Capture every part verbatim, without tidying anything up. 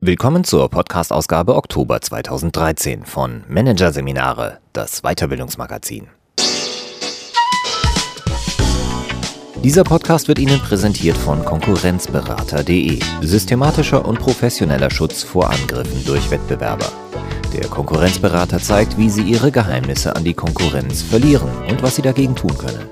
Willkommen zur Podcast-Ausgabe Oktober zweitausenddreizehn von Managerseminare, das Weiterbildungsmagazin. Dieser Podcast wird Ihnen präsentiert von Konkurrenzberater punkt de, systematischer und professioneller Schutz vor Angriffen durch Wettbewerber. Der Konkurrenzberater zeigt, wie Sie Ihre Geheimnisse an die Konkurrenz verlieren und was Sie dagegen tun können.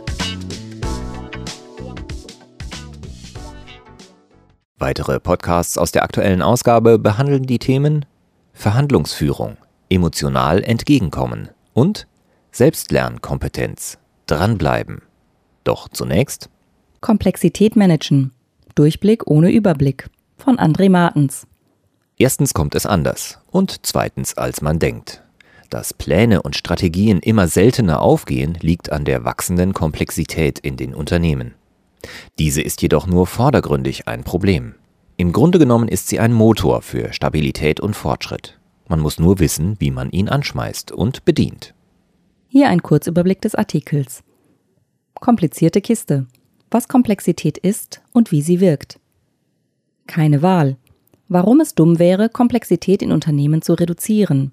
Weitere Podcasts aus der aktuellen Ausgabe behandeln die Themen Verhandlungsführung, emotional entgegenkommen und Selbstlernkompetenz, dranbleiben. Doch zunächst Komplexität managen, Durchblick ohne Überblick von André Martens. Erstens kommt es anders und zweitens als man denkt. Dass Pläne und Strategien immer seltener aufgehen, liegt an der wachsenden Komplexität in den Unternehmen. Diese ist jedoch nur vordergründig ein Problem. Im Grunde genommen ist sie ein Motor für Stabilität und Fortschritt. Man muss nur wissen, wie man ihn anschmeißt und bedient. Hier ein Kurzüberblick des Artikels. Komplizierte Kiste. Was Komplexität ist und wie sie wirkt. Keine Wahl. Warum es dumm wäre, Komplexität in Unternehmen zu reduzieren.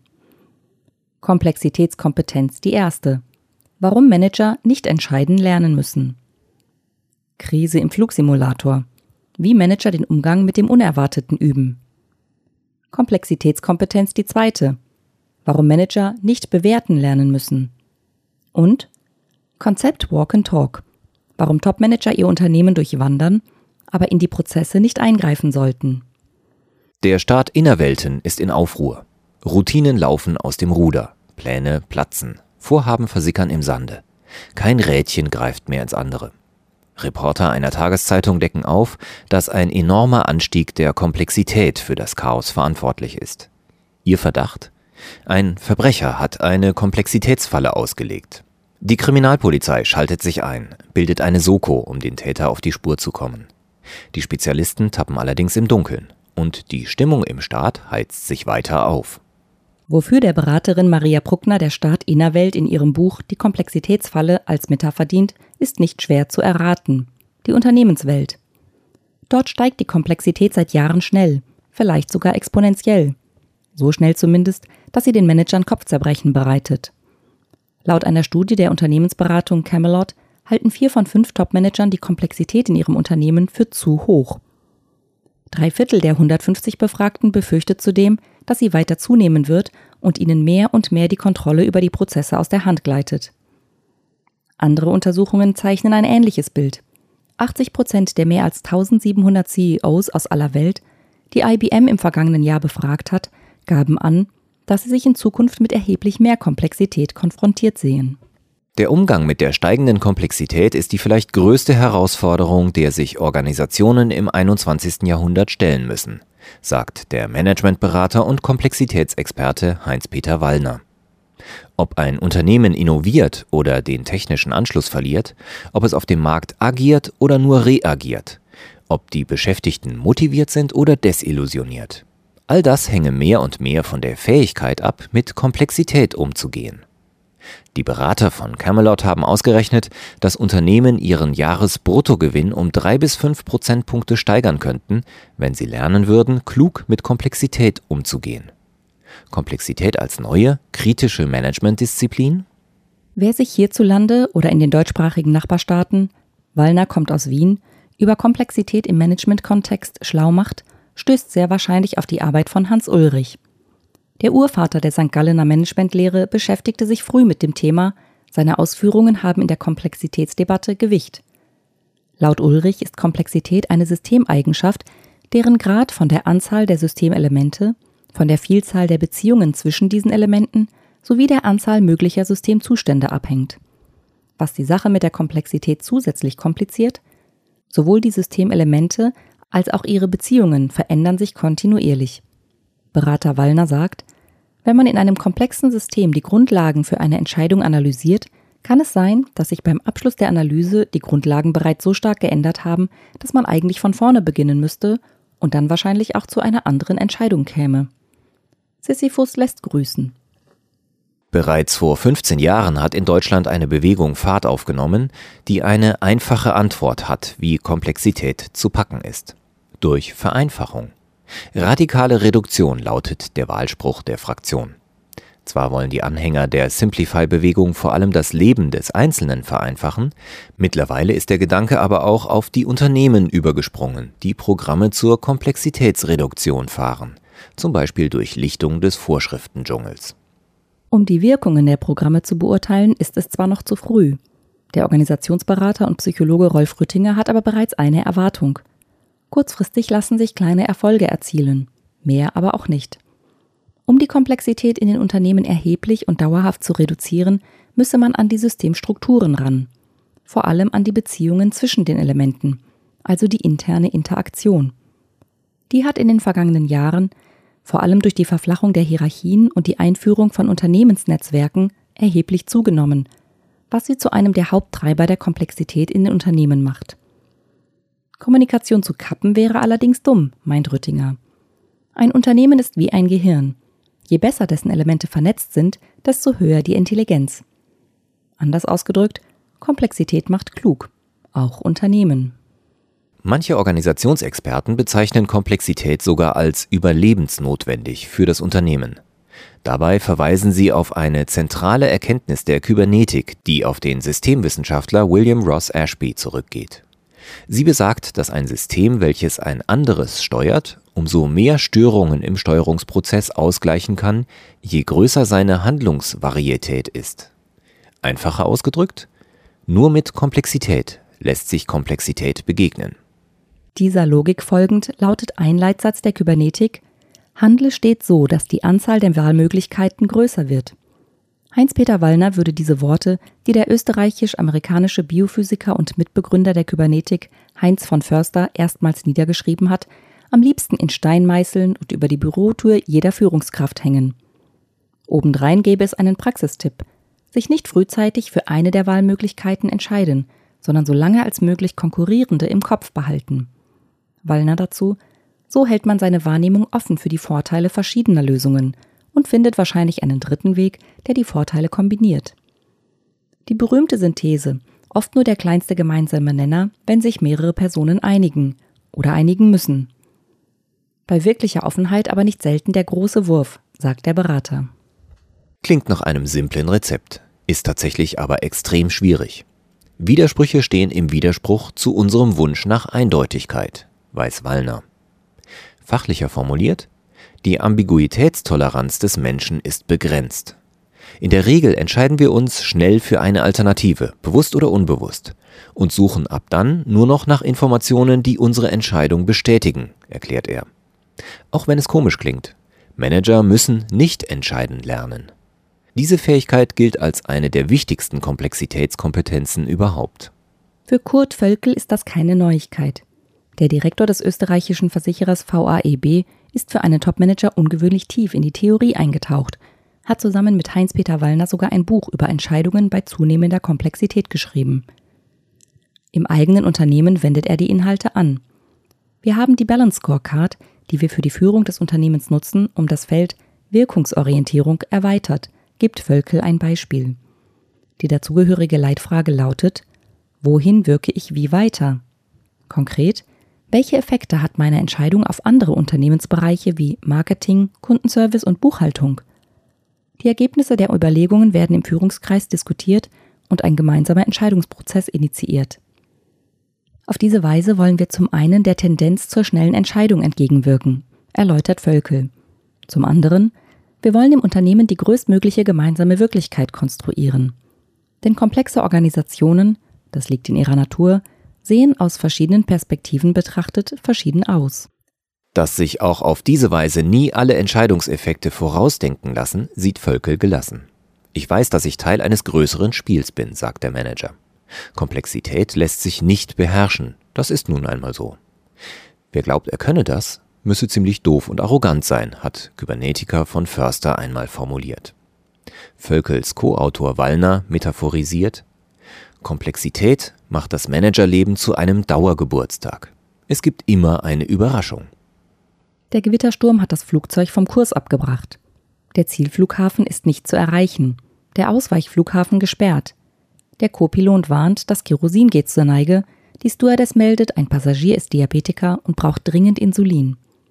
Komplexitätskompetenz die erste. Warum Manager nicht entscheiden lernen müssen. Krise im Flugsimulator. Wie Manager den Umgang mit dem Unerwarteten üben. Komplexitätskompetenz die zweite. Warum Manager nicht bewerten lernen müssen. Und Konzept Walk and Talk. Warum Topmanager ihr Unternehmen durchwandern, aber in die Prozesse nicht eingreifen sollten. Der Staat Innerwelten ist in Aufruhr. Routinen laufen aus dem Ruder. Pläne platzen. Vorhaben versickern im Sande. Kein Rädchen greift mehr ins andere. Reporter einer Tageszeitung decken auf, dass ein enormer Anstieg der Komplexität für das Chaos verantwortlich ist. Ihr Verdacht? Ein Verbrecher hat eine Komplexitätsfalle ausgelegt. Die Kriminalpolizei schaltet sich ein, bildet eine Soko, um den Täter auf die Spur zu kommen. Die Spezialisten tappen allerdings im Dunkeln und die Stimmung im Staat heizt sich weiter auf. Wofür der Beraterin Maria Bruckner der Staat Innerwelt in ihrem Buch Die Komplexitätsfalle als Metapher dient, ist nicht schwer zu erraten. Die Unternehmenswelt. Dort steigt die Komplexität seit Jahren schnell, vielleicht sogar exponentiell. So schnell zumindest, dass sie den Managern Kopfzerbrechen bereitet. Laut einer Studie der Unternehmensberatung Camelot halten vier von fünf Top-Managern die Komplexität in ihrem Unternehmen für zu hoch. Drei Viertel der hundertfünfzig Befragten befürchtet zudem, dass sie weiter zunehmen wird und ihnen mehr und mehr die Kontrolle über die Prozesse aus der Hand gleitet. Andere Untersuchungen zeichnen ein ähnliches Bild. achtzig Prozent der mehr als eintausendsiebenhundert C E Os aus aller Welt, die I B M im vergangenen Jahr befragt hat, gaben an, dass sie sich in Zukunft mit erheblich mehr Komplexität konfrontiert sehen. Der Umgang mit der steigenden Komplexität ist die vielleicht größte Herausforderung, der sich Organisationen im einundzwanzigsten Jahrhundert stellen müssen, sagt der Managementberater und Komplexitätsexperte Heinz-Peter Wallner. Ob ein Unternehmen innoviert oder den technischen Anschluss verliert, ob es auf dem Markt agiert oder nur reagiert, ob die Beschäftigten motiviert sind oder desillusioniert. All das hänge mehr und mehr von der Fähigkeit ab, mit Komplexität umzugehen. Die Berater von Camelot haben ausgerechnet, dass Unternehmen ihren Jahresbruttogewinn um drei bis fünf Prozentpunkte steigern könnten, wenn sie lernen würden, klug mit Komplexität umzugehen. Komplexität als neue, kritische Managementdisziplin? Wer sich hierzulande oder in den deutschsprachigen Nachbarstaaten, Wallner kommt aus Wien, über Komplexität im Management-Kontext schlau macht, stößt sehr wahrscheinlich auf die Arbeit von Hans Ulrich. Der Urvater der Sankt Gallener Managementlehre beschäftigte sich früh mit dem Thema, seine Ausführungen haben in der Komplexitätsdebatte Gewicht. Laut Ulrich ist Komplexität eine Systemeigenschaft, deren Grad von der Anzahl der Systemelemente, von der Vielzahl der Beziehungen zwischen diesen Elementen sowie der Anzahl möglicher Systemzustände abhängt. Was die Sache mit der Komplexität zusätzlich kompliziert? Sowohl die Systemelemente als auch ihre Beziehungen verändern sich kontinuierlich. Berater Wallner sagt, wenn man in einem komplexen System die Grundlagen für eine Entscheidung analysiert, kann es sein, dass sich beim Abschluss der Analyse die Grundlagen bereits so stark geändert haben, dass man eigentlich von vorne beginnen müsste und dann wahrscheinlich auch zu einer anderen Entscheidung käme. Sisyphus lässt grüßen. Bereits vor fünfzehn Jahren hat in Deutschland eine Bewegung Fahrt aufgenommen, die eine einfache Antwort hat, wie Komplexität zu packen ist. Durch Vereinfachung. Radikale Reduktion lautet der Wahlspruch der Fraktion. Zwar wollen die Anhänger der Simplify-Bewegung vor allem das Leben des Einzelnen vereinfachen, mittlerweile ist der Gedanke aber auch auf die Unternehmen übergesprungen, die Programme zur Komplexitätsreduktion fahren, zum Beispiel durch Lichtung des Vorschriftendschungels. Um die Wirkungen der Programme zu beurteilen, ist es zwar noch zu früh. Der Organisationsberater und Psychologe Rolf Rüttinger hat aber bereits eine Erwartung. Kurzfristig lassen sich kleine Erfolge erzielen, mehr aber auch nicht. Um die Komplexität in den Unternehmen erheblich und dauerhaft zu reduzieren, müsse man an die Systemstrukturen ran. Vor allem an die Beziehungen zwischen den Elementen, also die interne Interaktion. Die hat in den vergangenen Jahren, vor allem durch die Verflachung der Hierarchien und die Einführung von Unternehmensnetzwerken, erheblich zugenommen, was sie zu einem der Haupttreiber der Komplexität in den Unternehmen macht. Kommunikation zu kappen wäre allerdings dumm, meint Rüttinger. Ein Unternehmen ist wie ein Gehirn. Je besser dessen Elemente vernetzt sind, desto höher die Intelligenz. Anders ausgedrückt, Komplexität macht klug, auch Unternehmen. Manche Organisationsexperten bezeichnen Komplexität sogar als überlebensnotwendig für das Unternehmen. Dabei verweisen sie auf eine zentrale Erkenntnis der Kybernetik, die auf den Systemwissenschaftler William Ross Ashby zurückgeht. Sie besagt, dass ein System, welches ein anderes steuert, umso mehr Störungen im Steuerungsprozess ausgleichen kann, je größer seine Handlungsvarietät ist. Einfacher ausgedrückt, nur mit Komplexität lässt sich Komplexität begegnen. Dieser Logik folgend lautet ein Leitsatz der Kybernetik: Handle stets so, dass die Anzahl der Wahlmöglichkeiten größer wird. Heinz-Peter Wallner würde diese Worte, die der österreichisch-amerikanische Biophysiker und Mitbegründer der Kybernetik Heinz von Förster erstmals niedergeschrieben hat, am liebsten in Stein meißeln und über die Bürotür jeder Führungskraft hängen. Obendrein gäbe es einen Praxistipp: Sich nicht frühzeitig für eine der Wahlmöglichkeiten entscheiden, sondern so lange als möglich konkurrierende im Kopf behalten. Wallner dazu: So hält man seine Wahrnehmung offen für die Vorteile verschiedener Lösungen und findet wahrscheinlich einen dritten Weg, der die Vorteile kombiniert. Die berühmte Synthese, oft nur der kleinste gemeinsame Nenner, wenn sich mehrere Personen einigen oder einigen müssen. Bei wirklicher Offenheit aber nicht selten der große Wurf, sagt der Berater. Klingt nach einem simplen Rezept, ist tatsächlich aber extrem schwierig. Widersprüche stehen im Widerspruch zu unserem Wunsch nach Eindeutigkeit, weiß Wallner. Fachlicher formuliert: Die Ambiguitätstoleranz des Menschen ist begrenzt. In der Regel entscheiden wir uns schnell für eine Alternative, bewusst oder unbewusst, und suchen ab dann nur noch nach Informationen, die unsere Entscheidung bestätigen, erklärt er. Auch wenn es komisch klingt, Manager müssen nicht entscheiden lernen. Diese Fähigkeit gilt als eine der wichtigsten Komplexitätskompetenzen überhaupt. Für Kurt Völkel ist das keine Neuigkeit. Der Direktor des österreichischen Versicherers V A E B ist für einen Topmanager ungewöhnlich tief in die Theorie eingetaucht, hat zusammen mit Heinz-Peter Wallner sogar ein Buch über Entscheidungen bei zunehmender Komplexität geschrieben. Im eigenen Unternehmen wendet er die Inhalte an. Wir haben die Balance Scorecard, die wir für die Führung des Unternehmens nutzen, um das Feld Wirkungsorientierung erweitert, gibt Völkel ein Beispiel. Die dazugehörige Leitfrage lautet: Wohin wirke ich wie weiter? Konkret: Welche Effekte hat meine Entscheidung auf andere Unternehmensbereiche wie Marketing, Kundenservice und Buchhaltung? Die Ergebnisse der Überlegungen werden im Führungskreis diskutiert und ein gemeinsamer Entscheidungsprozess initiiert. Auf diese Weise wollen wir zum einen der Tendenz zur schnellen Entscheidung entgegenwirken, erläutert Völkel. Zum anderen: Wir wollen im Unternehmen die größtmögliche gemeinsame Wirklichkeit konstruieren. Denn komplexe Organisationen, das liegt in ihrer Natur, sehen aus verschiedenen Perspektiven betrachtet verschieden aus. Dass sich auch auf diese Weise nie alle Entscheidungseffekte vorausdenken lassen, sieht Völkel gelassen. Ich weiß, dass ich Teil eines größeren Spiels bin, sagt der Manager. Komplexität lässt sich nicht beherrschen, das ist nun einmal so. Wer glaubt, er könne das, müsse ziemlich doof und arrogant sein, hat Kybernetiker von Förster einmal formuliert. Völkels Co-Autor Wallner metaphorisiert: Komplexität macht das Managerleben zu einem Dauergeburtstag. Es gibt immer eine Überraschung. Der Gewittersturm hat das Flugzeug vom Kurs abgebracht. Der Zielflughafen ist nicht zu erreichen, der Ausweichflughafen gesperrt. Der Co-Pilot warnt, das Kerosin geht zur Neige, die Stewardess meldet, ein Passagier ist Diabetiker und braucht dringend Insulin.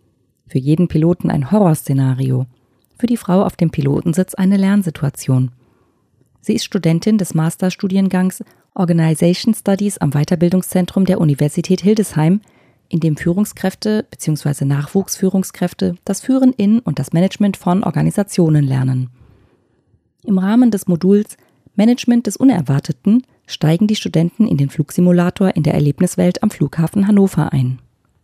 Für jeden Piloten ein Horrorszenario, für die Frau auf dem Pilotensitz eine Lernsituation. Sie ist Studentin des Masterstudiengangs Organization Studies am Weiterbildungszentrum der Universität Hildesheim, in dem Führungskräfte bzw. Nachwuchsführungskräfte das Führen in und das Management von Organisationen lernen. Im Rahmen des Moduls Management des Unerwarteten steigen die Studenten in den Flugsimulator in der Erlebniswelt am Flughafen Hannover ein.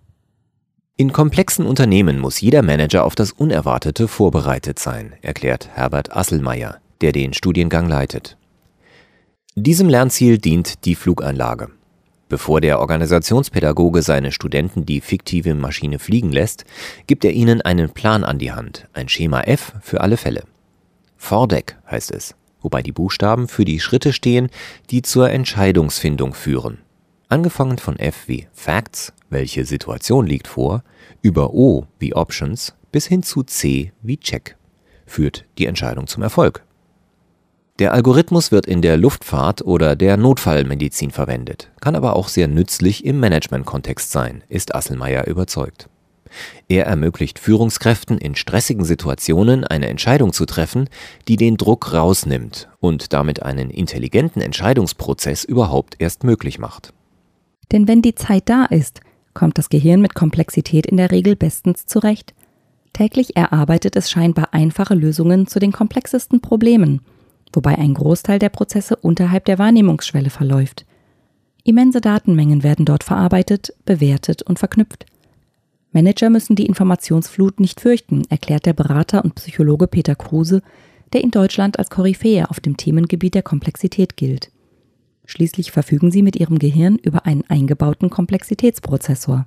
In komplexen Unternehmen muss jeder Manager auf das Unerwartete vorbereitet sein, erklärt Herbert Asselmeier, der den Studiengang leitet. Diesem Lernziel dient die Fluganlage. Bevor der Organisationspädagoge seine Studenten die fiktive Maschine fliegen lässt, gibt er ihnen einen Plan an die Hand, ein Schema F für alle Fälle. Vordeck heißt es, wobei die Buchstaben für die Schritte stehen, die zur Entscheidungsfindung führen. Angefangen von F wie Facts, welche Situation liegt vor, über O wie Options bis hin zu C wie Check, führt die Entscheidung zum Erfolg. Der Algorithmus wird in der Luftfahrt oder der Notfallmedizin verwendet, kann aber auch sehr nützlich im Management-Kontext sein, ist Asselmeier überzeugt. Er ermöglicht Führungskräften in stressigen Situationen eine Entscheidung zu treffen, die den Druck rausnimmt und damit einen intelligenten Entscheidungsprozess überhaupt erst möglich macht. Denn wenn die Zeit da ist, kommt das Gehirn mit Komplexität in der Regel bestens zurecht. Täglich erarbeitet es scheinbar einfache Lösungen zu den komplexesten Problemen, wobei ein Großteil der Prozesse unterhalb der Wahrnehmungsschwelle verläuft. Immense Datenmengen werden dort verarbeitet, bewertet und verknüpft. Manager müssen die Informationsflut nicht fürchten, erklärt der Berater und Psychologe Peter Kruse, der in Deutschland als Koryphäe auf dem Themengebiet der Komplexität gilt. Schließlich verfügen sie mit ihrem Gehirn über einen eingebauten Komplexitätsprozessor.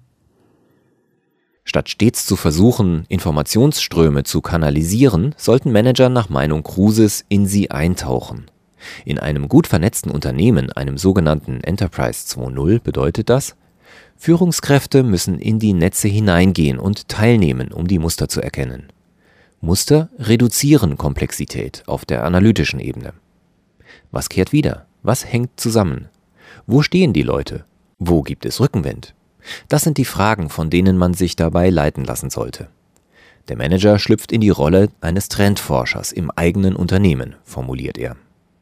Statt stets zu versuchen, Informationsströme zu kanalisieren, sollten Manager nach Meinung Kruses in sie eintauchen. In einem gut vernetzten Unternehmen, einem sogenannten Enterprise zwei Punkt null, bedeutet das, Führungskräfte müssen in die Netze hineingehen und teilnehmen, um die Muster zu erkennen. Muster reduzieren Komplexität auf der analytischen Ebene. Was kehrt wieder? Was hängt zusammen? Wo stehen die Leute? Wo gibt es Rückenwind? Das sind die Fragen, von denen man sich dabei leiten lassen sollte. Der Manager schlüpft in die Rolle eines Trendforschers im eigenen Unternehmen, formuliert er.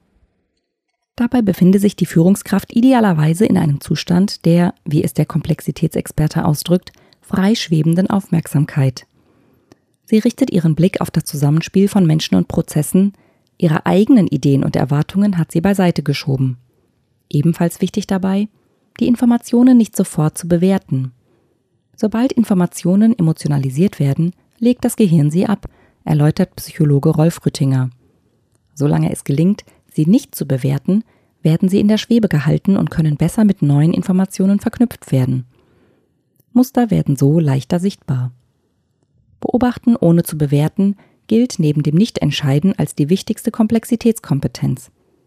Dabei befinde sich die Führungskraft idealerweise in einem Zustand der, wie es der Komplexitätsexperte ausdrückt, freischwebenden Aufmerksamkeit. Sie richtet ihren Blick auf das Zusammenspiel von Menschen und Prozessen, ihre eigenen Ideen und Erwartungen hat sie beiseite geschoben. Ebenfalls wichtig dabei, die Informationen nicht sofort zu bewerten. Sobald Informationen emotionalisiert werden, legt das Gehirn sie ab, erläutert Psychologe Rolf Rüttinger. Solange es gelingt, sie nicht zu bewerten, werden sie in der Schwebe gehalten und können besser mit neuen Informationen verknüpft werden. Muster werden so leichter sichtbar. Beobachten ohne zu bewerten gilt neben dem Nichtentscheiden als die wichtigste Komplexitätskompetenz.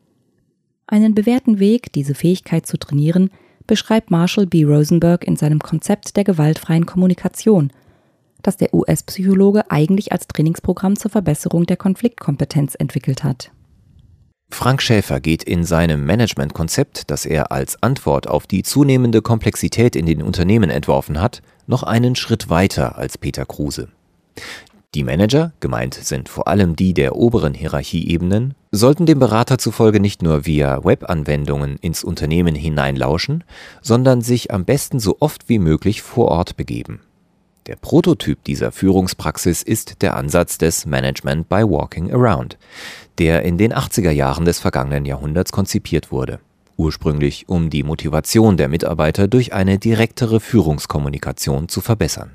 Einen bewährten Weg, diese Fähigkeit zu trainieren, beschreibt Marshall B. Rosenberg in seinem Konzept der gewaltfreien Kommunikation, das der U S-Psychologe eigentlich als Trainingsprogramm zur Verbesserung der Konfliktkompetenz entwickelt hat. Frank Schäfer geht in seinem Managementkonzept, das er als Antwort auf die zunehmende Komplexität in den Unternehmen entworfen hat, noch einen Schritt weiter als Peter Kruse. Die Manager, gemeint sind vor allem die der oberen Hierarchieebenen, sollten dem Berater zufolge nicht nur via Webanwendungen ins Unternehmen hineinlauschen, sondern sich am besten so oft wie möglich vor Ort begeben. Der Prototyp dieser Führungspraxis ist der Ansatz des Management by Walking Around, der in den achtziger Jahren des vergangenen Jahrhunderts konzipiert wurde, ursprünglich um die Motivation der Mitarbeiter durch eine direktere Führungskommunikation zu verbessern.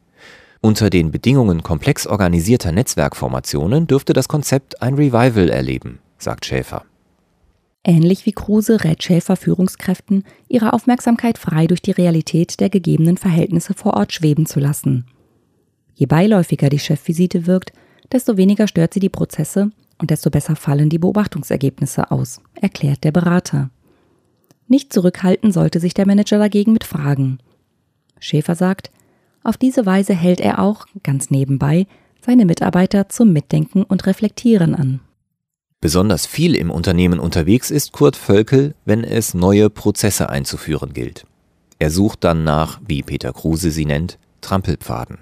Unter den Bedingungen komplex organisierter Netzwerkformationen dürfte das Konzept ein Revival erleben, sagt Schäfer. Ähnlich wie Kruse rät Schäfer Führungskräften, ihre Aufmerksamkeit frei durch die Realität der gegebenen Verhältnisse vor Ort schweben zu lassen. Je beiläufiger die Chefvisite wirkt, desto weniger stört sie die Prozesse und desto besser fallen die Beobachtungsergebnisse aus, erklärt der Berater. Nicht zurückhalten sollte sich der Manager dagegen mit Fragen. Schäfer sagt, auf diese Weise hält er auch, ganz nebenbei, seine Mitarbeiter zum Mitdenken und Reflektieren an. Besonders viel im Unternehmen unterwegs ist Kurt Völkel, wenn es neue Prozesse einzuführen gilt. Er sucht dann nach, wie Peter Kruse sie nennt, Trampelpfaden.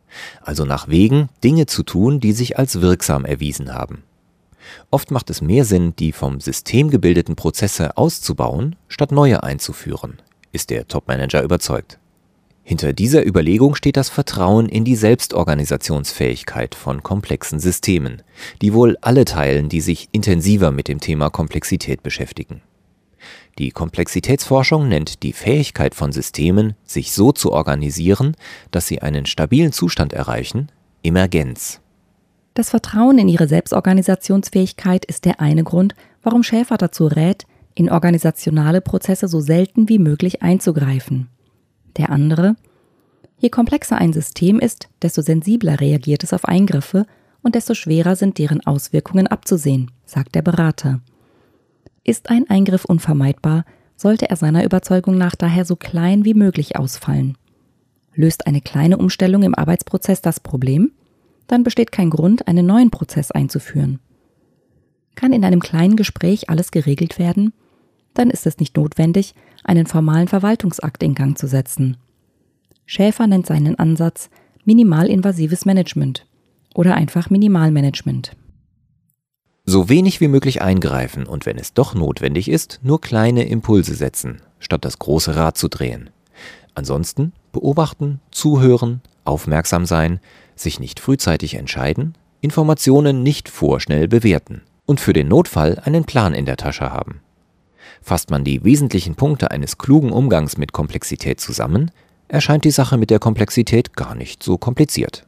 Also nach Wegen, Dinge zu tun, die sich als wirksam erwiesen haben. Oft macht es mehr Sinn, die vom System gebildeten Prozesse auszubauen, statt neue einzuführen, ist der Top-Manager überzeugt. Hinter dieser Überlegung steht das Vertrauen in die Selbstorganisationsfähigkeit von komplexen Systemen, die wohl alle teilen, die sich intensiver mit dem Thema Komplexität beschäftigen. Die Komplexitätsforschung nennt die Fähigkeit von Systemen, sich so zu organisieren, dass sie einen stabilen Zustand erreichen, Emergenz. Das Vertrauen in ihre Selbstorganisationsfähigkeit ist der eine Grund, warum Schäfer dazu rät, in organisationale Prozesse so selten wie möglich einzugreifen. Der andere: Je komplexer ein System ist, desto sensibler reagiert es auf Eingriffe und desto schwerer sind deren Auswirkungen abzusehen, sagt der Berater. Ist ein Eingriff unvermeidbar, sollte er seiner Überzeugung nach daher so klein wie möglich ausfallen. Löst eine kleine Umstellung im Arbeitsprozess das Problem? Dann besteht kein Grund, einen neuen Prozess einzuführen. Kann in einem kleinen Gespräch alles geregelt werden? Dann ist es nicht notwendig, einen formalen Verwaltungsakt in Gang zu setzen. Schäfer nennt seinen Ansatz minimalinvasives Management oder einfach Minimalmanagement. So wenig wie möglich eingreifen und wenn es doch notwendig ist, nur kleine Impulse setzen, statt das große Rad zu drehen. Ansonsten beobachten, zuhören, aufmerksam sein, sich nicht frühzeitig entscheiden, Informationen nicht vorschnell bewerten und für den Notfall einen Plan in der Tasche haben. Fasst man die wesentlichen Punkte eines klugen Umgangs mit Komplexität zusammen, erscheint die Sache mit der Komplexität gar nicht so kompliziert.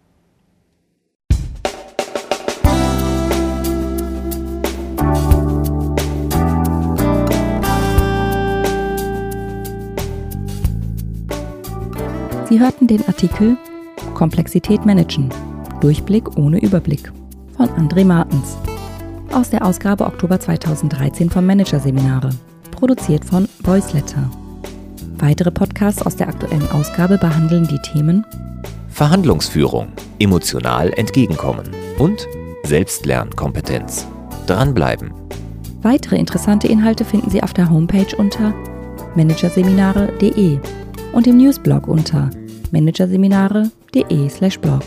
Sie hörten den Artikel Komplexität managen. Durchblick ohne Überblick von André Martens aus der Ausgabe Oktober zweitausenddreizehn vom Managerseminare, produziert von Voiceletter. Weitere Podcasts aus der aktuellen Ausgabe behandeln die Themen Verhandlungsführung, emotional entgegenkommen und Selbstlernkompetenz. Dranbleiben. Weitere interessante Inhalte finden Sie auf der Homepage unter managerseminare punkt de und im Newsblog unter managerseminare punkt de slash blog.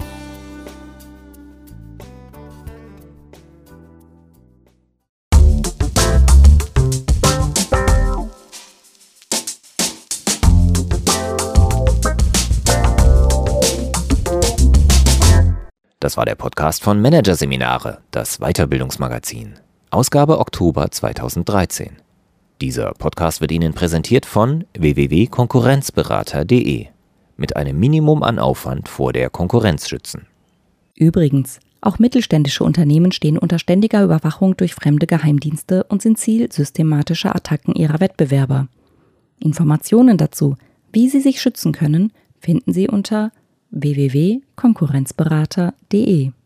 Das war der Podcast von Managerseminare, das Weiterbildungsmagazin. Ausgabe Oktober zweitausenddreizehn. Dieser Podcast wird Ihnen präsentiert von w w w punkt konkurrenzberater punkt de. Mit einem Minimum an Aufwand vor der Konkurrenz schützen. Übrigens, auch mittelständische Unternehmen stehen unter ständiger Überwachung durch fremde Geheimdienste und sind Ziel systematischer Attacken ihrer Wettbewerber. Informationen dazu, wie Sie sich schützen können, finden Sie unter w w w punkt konkurrenzberater punkt de.